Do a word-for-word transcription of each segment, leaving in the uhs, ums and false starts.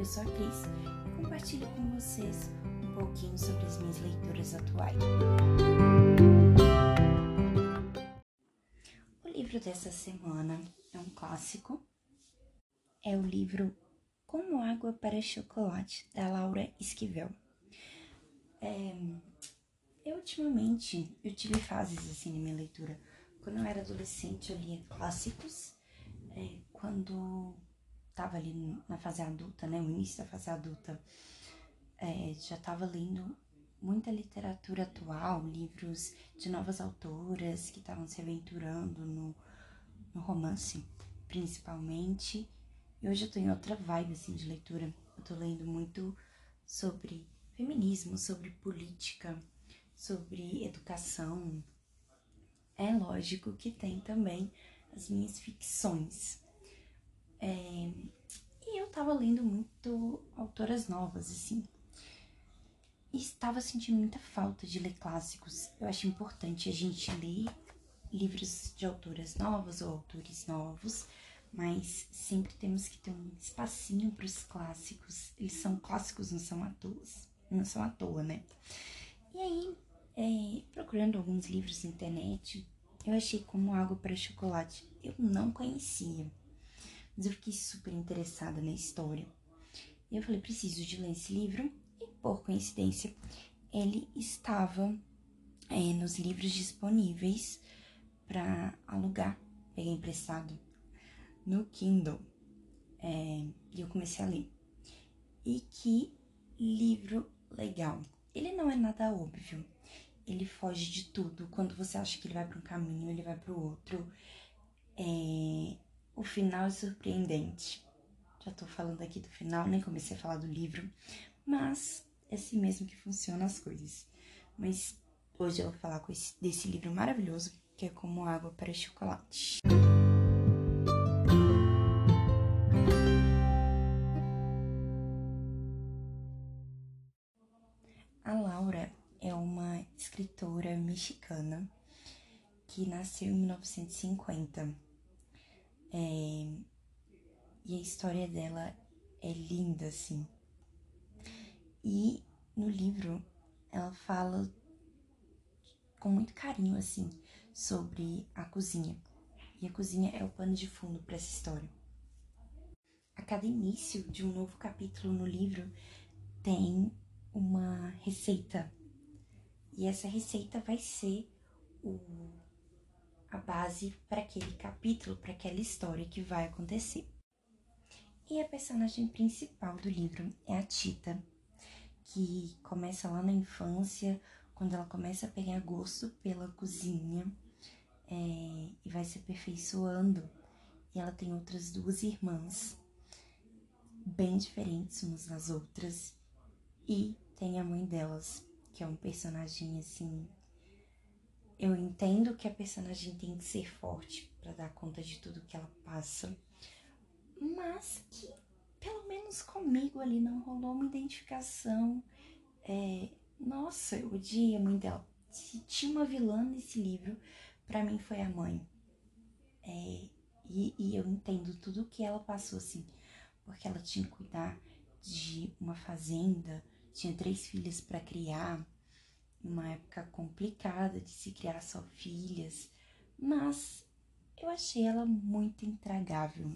eu sou a Cris e compartilho com vocês um pouquinho sobre as minhas leituras atuais. O livro dessa semana é um clássico, é o livro Como Água para Chocolate, da Laura Esquivel. É, eu ultimamente, eu tive fases assim na minha leitura. Quando eu era adolescente eu lia clássicos, é, quando tava ali na fase adulta, né, o início da fase adulta, é, já tava lendo muita literatura atual, livros de novas autoras que estavam se aventurando no, no romance, principalmente. E hoje eu tô em outra vibe, assim, de leitura. Eu tô lendo muito sobre feminismo, sobre política, sobre educação. É lógico que tem também as minhas ficções. É... E eu tava lendo muito autoras novas, assim. E estava sentindo muita falta de ler clássicos. Eu acho importante a gente ler livros de autoras novas ou autores novos, mas sempre temos que ter um espacinho para os clássicos. Eles são clássicos, não são à toa, não são à toa, né? E aí, é, procurando alguns livros na internet, eu achei Como Água para Chocolate. Eu não conhecia, mas eu fiquei super interessada na história. E eu falei, preciso de ler esse livro. E por coincidência, ele estava é, nos livros disponíveis para alugar, peguei emprestado no Kindle, é, e eu comecei a ler. E que livro legal! Ele não é nada óbvio, ele foge de tudo. Quando você acha que ele vai para um caminho, ele vai para o outro. É, o final é surpreendente. Já tô falando aqui do final, nem comecei a falar do livro, mas é assim mesmo que funcionam as coisas. Mas hoje eu vou falar com esse, desse livro maravilhoso, que é Como Água para Chocolate. A Laura é uma escritora mexicana que nasceu em mil novecentos e cinquenta. É, e a história dela é linda, assim. E no livro ela fala com muito carinho, assim, sobre a cozinha. E a cozinha é o pano de fundo para essa história. A cada início de um novo capítulo no livro tem uma receita. E essa receita vai ser o, a base para aquele capítulo, para aquela história que vai acontecer. E a personagem principal do livro é a Tita, que começa lá na infância, quando ela começa a pegar gosto pela cozinha, é, e vai se aperfeiçoando. E ela tem outras duas irmãs, bem diferentes umas das outras, e tem a mãe delas, que é um personagem assim. Eu entendo que a personagem tem que ser forte para dar conta de tudo que ela passa, mas que pelo menos comigo ali não rolou uma identificação. É, nossa, eu odiei a mãe dela. Se tinha uma vilã nesse livro, pra mim foi a mãe. É, e, e eu entendo tudo que ela passou, assim, porque ela tinha que cuidar de uma fazenda, tinha três filhas para criar, uma época complicada de se criar só filhas, mas eu achei ela muito intragável.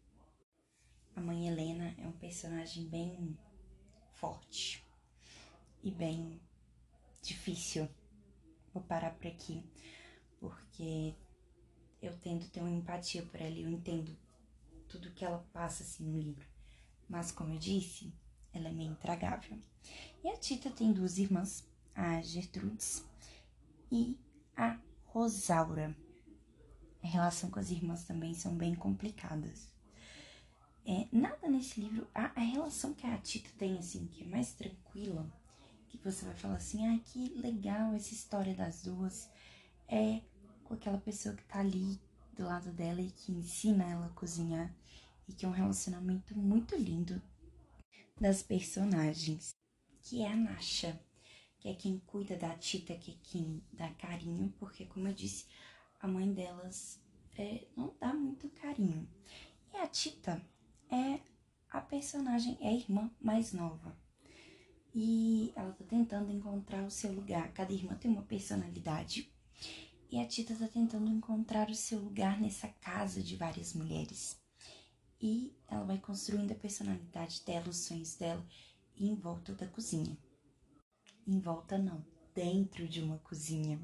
A mãe Helena é um personagem bem forte e bem difícil. Vou parar por aqui, porque eu tento ter uma empatia por ela e eu entendo tudo que ela passa assim no livro. Mas, como eu disse, ela é meio intragável. E a Tita tem duas irmãs, a Gertrudes e a Rosaura. A relação com as irmãs também são bem complicadas. É, nada nesse livro, a, a relação que a Tita tem, assim, que é mais tranquila, que você vai falar assim, ah, que legal essa história das duas, é com aquela pessoa que tá ali do lado dela e que ensina ela a cozinhar, e que é um relacionamento muito lindo das personagens, que é a Nasha, que é quem cuida da Tita, que é quem dá carinho, porque, como eu disse, a mãe delas é, não dá muito carinho. E a Tita é a personagem é a irmã mais nova. E ela tá tentando encontrar o seu lugar. Cada irmã tem uma personalidade. E a Tita tá tentando encontrar o seu lugar nessa casa de várias mulheres. E ela vai construindo a personalidade dela, os sonhos dela, em volta da cozinha. Em volta não, dentro de uma cozinha.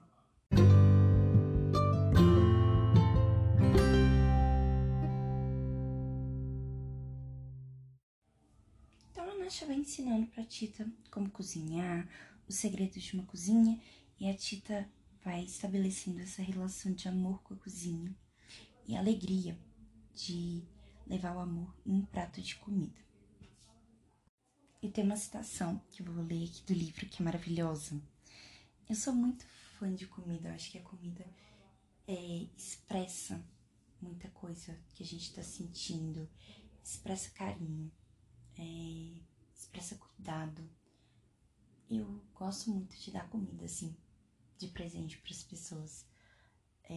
Então a Nasha vai ensinando pra Tita como cozinhar, os segredos de uma cozinha, e a Tita vai estabelecendo essa relação de amor com a cozinha e alegria de levar o amor em um prato de comida. E tem uma citação que eu vou ler aqui do livro que é maravilhosa. Eu sou muito fã de comida, eu acho que a comida é, expressa muita coisa que a gente tá sentindo, expressa carinho, é, expressa cuidado. Eu gosto muito de dar comida, assim, de presente para as pessoas. É,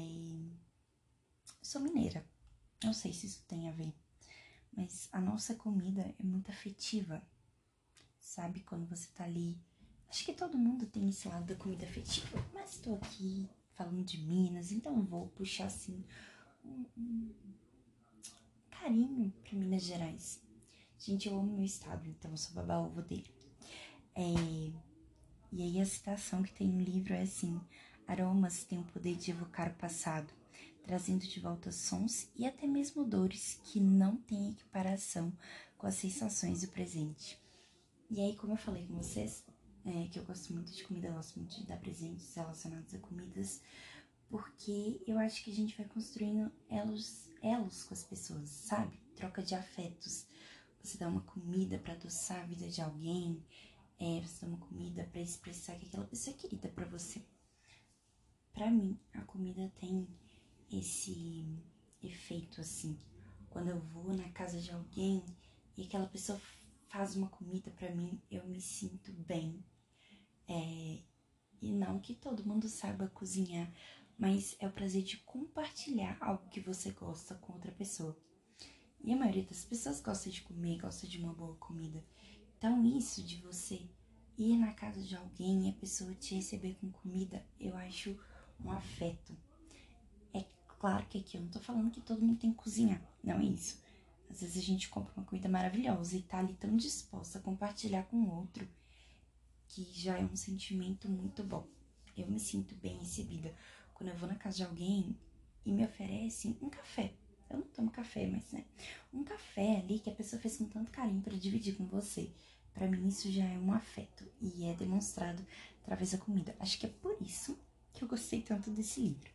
eu sou mineira, não sei se isso tem a ver, mas a nossa comida é muito afetiva, sabe? Quando você tá ali, acho que todo mundo tem esse lado da comida afetiva, mas tô aqui falando de Minas, então vou puxar, assim, um, um carinho para Minas Gerais. Gente, eu amo meu estado, então eu sou baba-ovo dele. É, e aí a citação que tem no livro é assim: aromas têm o poder de evocar o passado, trazendo de volta sons e até mesmo dores que não têm equiparação com as sensações do presente. E aí, como eu falei com vocês, é, que eu gosto muito de comida, eu gosto muito de dar presentes relacionados a comidas, porque eu acho que a gente vai construindo elos, elos com as pessoas, sabe? Troca de afetos. Você dá uma comida para adoçar a vida de alguém, é, você dá uma comida para expressar que aquela pessoa é querida para você. Para mim, a comida tem esse efeito assim. Quando eu vou na casa de alguém e aquela pessoa faz uma comida para mim, eu me sinto bem. É, e não que todo mundo saiba cozinhar, mas é o prazer de compartilhar algo que você gosta com outra pessoa. E a maioria das pessoas gosta de comer, gosta de uma boa comida. Então isso de você ir na casa de alguém e a pessoa te receber com comida, eu acho um afeto. É claro que aqui eu não tô falando que todo mundo tem que cozinhar, não é isso. Às vezes a gente compra uma comida maravilhosa e tá ali tão disposta a compartilhar com o outro, que já é um sentimento muito bom. Eu me sinto bem recebida quando eu vou na casa de alguém e me oferecem um café. Eu não tomo café, mas né, um café ali que a pessoa fez com tanto carinho para dividir com você. Para mim isso já é um afeto e é demonstrado através da comida. Acho que é por isso que eu gostei tanto desse livro.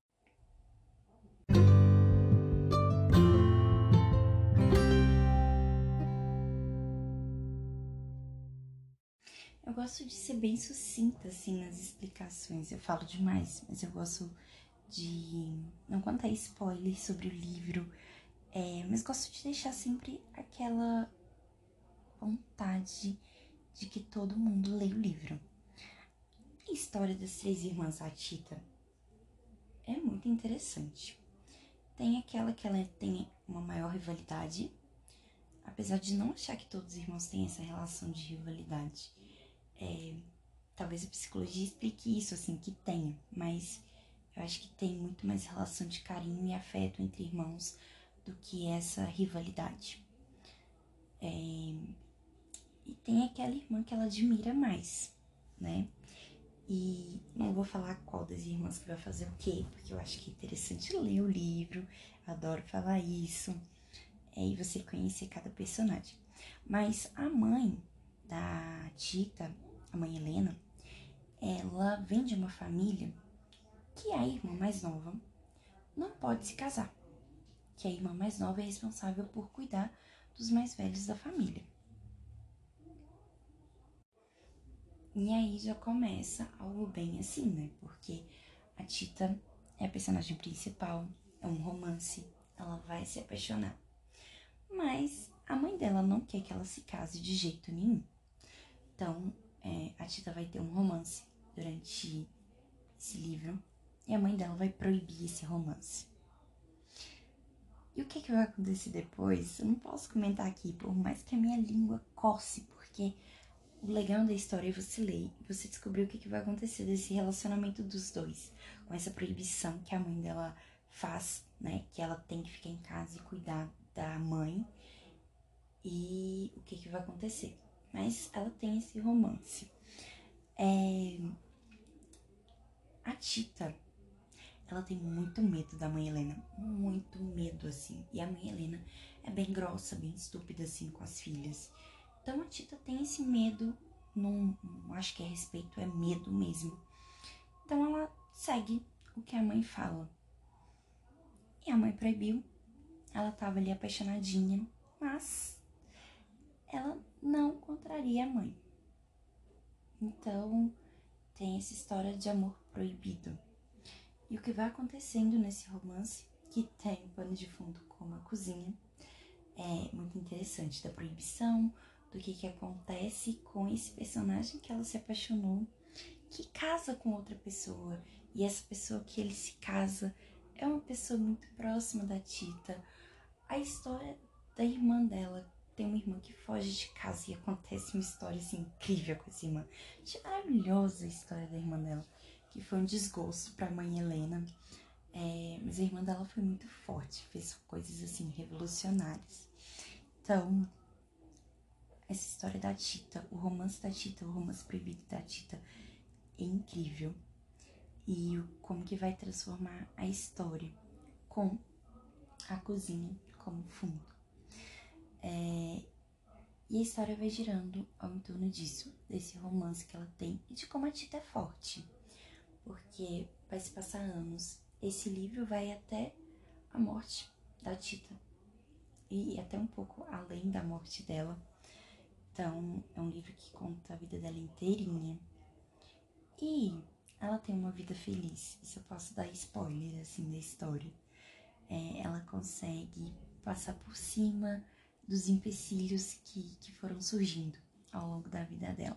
Eu gosto de ser bem sucinta, assim, nas explicações. Eu falo demais, mas eu gosto de não contar spoiler sobre o livro. É, mas gosto de deixar sempre aquela vontade de que todo mundo leia o livro. A história das três irmãs Atita é muito interessante. Tem aquela que ela tem uma maior rivalidade, apesar de não achar que todos os irmãos têm essa relação de rivalidade. É, talvez a psicologia explique isso, assim, que tenha, mas eu acho que tem muito mais relação de carinho e afeto entre irmãos do que essa rivalidade. É, e tem aquela irmã que ela admira mais, né? E não vou falar qual das irmãs que vai fazer o quê, porque eu acho que é interessante ler o livro, adoro falar isso, é, e você conhecer cada personagem. Mas a mãe da Tita, a mãe Helena, ela vem de uma família que a irmã mais nova não pode se casar, que a irmã mais nova é responsável por cuidar dos mais velhos da família. E aí já começa algo bem assim, né? Porque a Tita é a personagem principal, é um romance, ela vai se apaixonar. Mas a mãe dela não quer que ela se case de jeito nenhum. Então, é, a Tita vai ter um romance durante esse livro e a mãe dela vai proibir esse romance. E o que, que vai acontecer depois? Eu não posso comentar aqui, por mais que a minha língua coce, porque o legal da história é você ler e você descobrir o que, que vai acontecer desse relacionamento dos dois, com essa proibição que a mãe dela faz, né? Que ela tem que ficar em casa e cuidar da mãe, e o que, que vai acontecer. Mas ela tem esse romance. É... A Tita, ela tem muito medo da mãe Helena, muito medo, assim. E a mãe Helena é bem grossa, bem estúpida, assim, com as filhas. Então a Tita tem esse medo, não, não acho que é respeito, é medo mesmo. Então ela segue o que a mãe fala. E a mãe proibiu, ela tava ali apaixonadinha, mas ela não contraria a mãe. Então tem essa história de amor proibido. E o que vai acontecendo nesse romance, que tem um pano de fundo como a cozinha, é muito interessante, da proibição, do que que acontece com esse personagem que ela se apaixonou, que casa com outra pessoa, e essa pessoa que ele se casa é uma pessoa muito próxima da Tita. A história da irmã dela, tem uma irmã que foge de casa e acontece uma história assim incrível com essa irmã. Achei maravilhosa a história da irmã dela, que foi um desgosto pra mãe Helena. É, mas a irmã dela foi muito forte, fez coisas assim revolucionárias. Então, essa história da Tita, o romance da Tita, o romance proibido da Tita é incrível. E o, como que vai transformar a história com a cozinha como fundo. É, e a história vai girando ao em torno disso, desse romance que ela tem e de como a Tita é forte. Porque vai se passar anos. Esse livro vai até a morte da Tita. E até um pouco além da morte dela. Então, é um livro que conta a vida dela inteirinha. E ela tem uma vida feliz. Isso eu posso dar spoiler, assim, da história. É, ela consegue passar por cima dos empecilhos que, que foram surgindo ao longo da vida dela.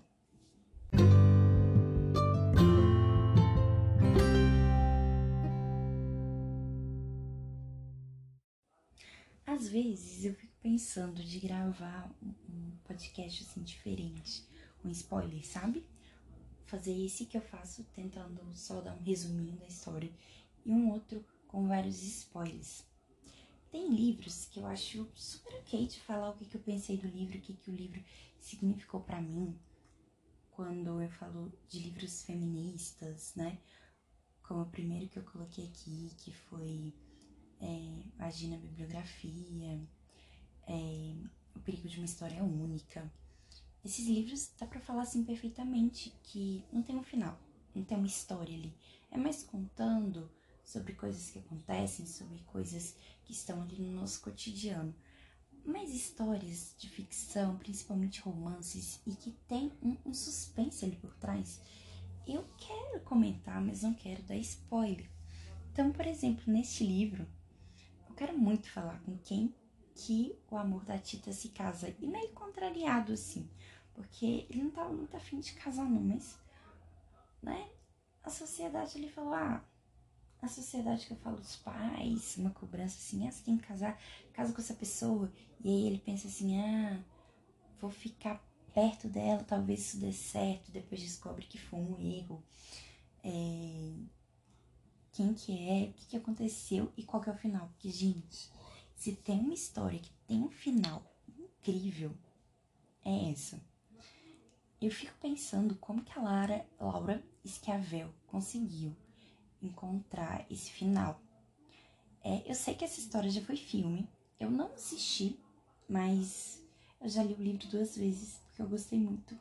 Às vezes eu fico pensando de gravar um, um podcast assim diferente, um spoiler, sabe? Fazer esse que eu faço tentando só dar um resuminho da história e um outro com vários spoilers. Tem livros que eu acho super ok de falar o que, que eu pensei do livro, o que, que o livro significou pra mim. Quando eu falo de livros feministas, né? Como o primeiro que eu coloquei aqui, que foi é, Vagina Bibliografia, é, O Perigo de uma História Única. Esses livros dá pra falar assim perfeitamente que não tem um final, não tem uma história ali. É mais contando sobre coisas que acontecem, sobre coisas que estão ali no nosso cotidiano. Mas histórias de ficção, principalmente romances, e que tem um, um suspense ali por trás, eu quero comentar, mas não quero dar spoiler. Então, por exemplo, neste livro, eu quero muito falar com quem que o amor da Tita se casa. E meio contrariado, assim, porque ele não tá muito afim de casar não, mas, né, a sociedade, ele falou, ah, a sociedade que eu falo dos pais, uma cobrança assim, ah, você tem que casar, casa com essa pessoa. E aí ele pensa assim, ah, vou ficar perto dela, talvez isso dê certo, depois descobre que foi um erro. É... Quem que é, o que, que aconteceu e qual que é o final. Porque, gente, se tem uma história que tem um final incrível, é essa. Eu fico pensando como que a Lara, Laura Schiavel conseguiu encontrar esse final. É, eu sei que essa história já foi filme, eu não assisti, mas eu já li o livro duas vezes, porque eu gostei muito.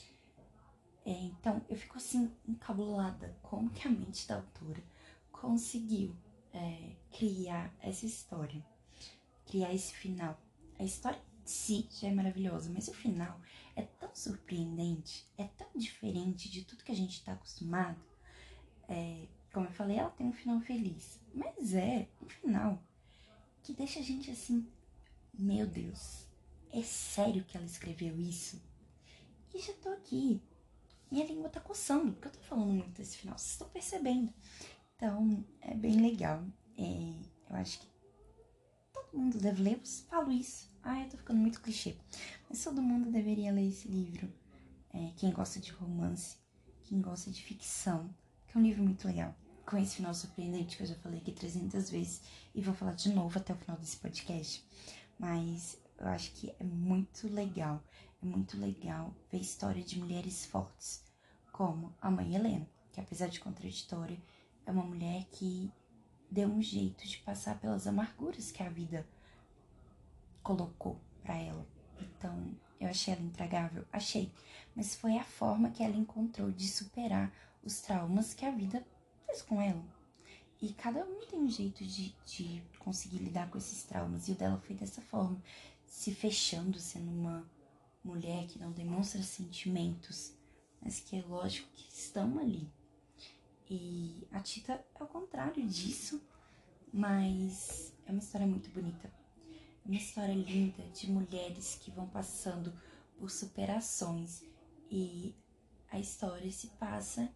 É, então, eu fico assim, encabulada como que a mente da autora conseguiu é, criar essa história, criar esse final. A história em si já é maravilhosa, mas o final é tão surpreendente, é tão diferente de tudo que a gente tá acostumado. É, como eu falei, ela tem um final feliz, mas é um final que deixa a gente assim, meu Deus, é sério que ela escreveu isso? E já tô aqui, minha língua tá coçando, porque eu tô falando muito desse final, vocês estão percebendo. Então, é bem legal. É, eu acho que todo mundo deve ler, eu falo isso. Ah, eu tô ficando muito clichê. Mas todo mundo deveria ler esse livro. É, quem gosta de romance, quem gosta de ficção, que é um livro muito legal. Com esse final surpreendente que eu já falei aqui trezentas vezes e vou falar de novo até o final desse podcast. Mas eu acho que é muito legal, é muito legal ver a história de mulheres fortes, como a mãe Helena, que apesar de contraditória, é uma mulher que deu um jeito de passar pelas amarguras que a vida colocou pra ela. Então, eu achei ela intragável? Achei. Mas foi a forma que ela encontrou de superar os traumas que a vida fez com ela. E cada um tem um jeito de, de conseguir lidar com esses traumas. E o dela foi dessa forma. Se fechando, sendo uma mulher que não demonstra sentimentos, mas que é lógico que estão ali. E a Tita é o contrário disso, mas é uma história muito bonita. É uma história linda de mulheres que vão passando por superações. E a história se passa,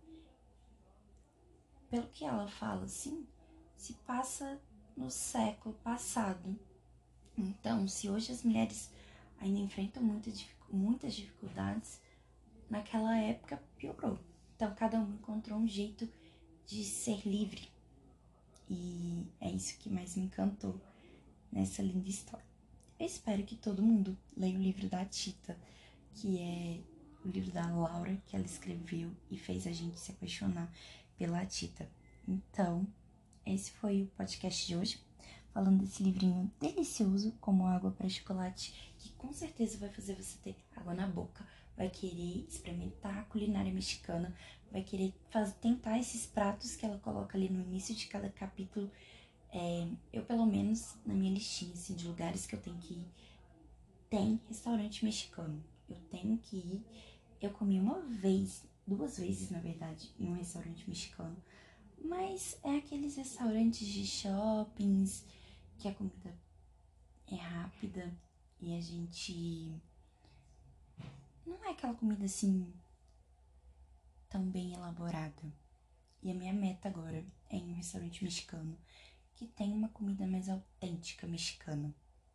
pelo que ela fala, assim, se passa no século passado. Então, se hoje as mulheres ainda enfrentam muita, muitas dificuldades, naquela época piorou. Então, cada um encontrou um jeito de ser livre. E é isso que mais me encantou nessa linda história. Eu espero que todo mundo leia o livro da Tita, que é o livro da Laura, que ela escreveu e fez a gente se apaixonar pela Tita. Então, esse foi o podcast de hoje, falando desse livrinho delicioso, como água para chocolate, que com certeza vai fazer você ter água na boca, vai querer experimentar a culinária mexicana, vai querer fazer, tentar esses pratos que ela coloca ali no início de cada capítulo. É, eu, pelo menos, na minha listinha assim, de lugares que eu tenho que ir, tem restaurante mexicano. Eu tenho que ir. Eu comi uma vez, duas vezes, na verdade, em um restaurante mexicano. Mas é aqueles restaurantes de shoppings que a comida é rápida e a gente... Não é aquela comida assim tão bem elaborada. E a minha meta agora é em um restaurante mexicano que tem uma comida mais autêntica mexicana.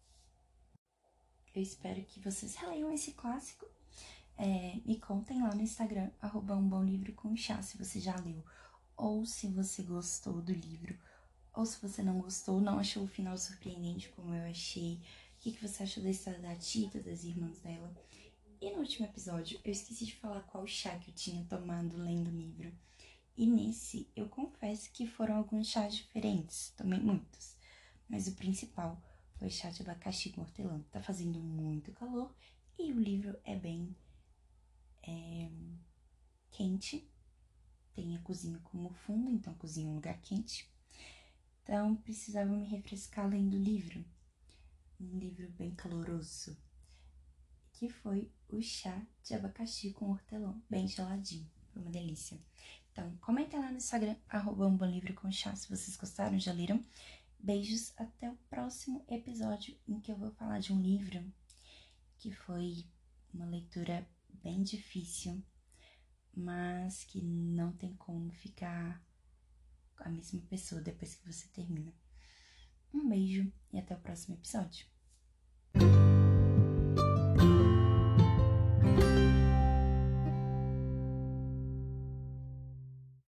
Eu espero que vocês releiam esse clássico. É, me contem lá no Instagram, arroba um bom livro com chá, se você já leu. Ou se você gostou do livro. Ou se você não gostou, não achou o final surpreendente como eu achei. O que, que você achou da história da Tita, das irmãs dela. E no último episódio, eu esqueci de falar qual chá que eu tinha tomado lendo o livro. E nesse, eu confesso que foram alguns chás diferentes. Tomei muitos. Mas o principal foi chá de abacaxi com hortelã. Tá fazendo muito calor e o livro é bem é, quente. Tem a cozinha como fundo, então a cozinha é um lugar quente. Então precisava me refrescar lendo o livro. Um livro bem caloroso. Que foi o chá de abacaxi com hortelã, bem geladinho. Foi uma delícia. Então, comenta lá no Instagram, arroba um bom livro com chá, se vocês gostaram, já leram. Beijos, até o próximo episódio em que eu vou falar de um livro que foi uma leitura bem difícil, mas que não tem como ficar a mesma pessoa depois que você termina. Um beijo e até o próximo episódio.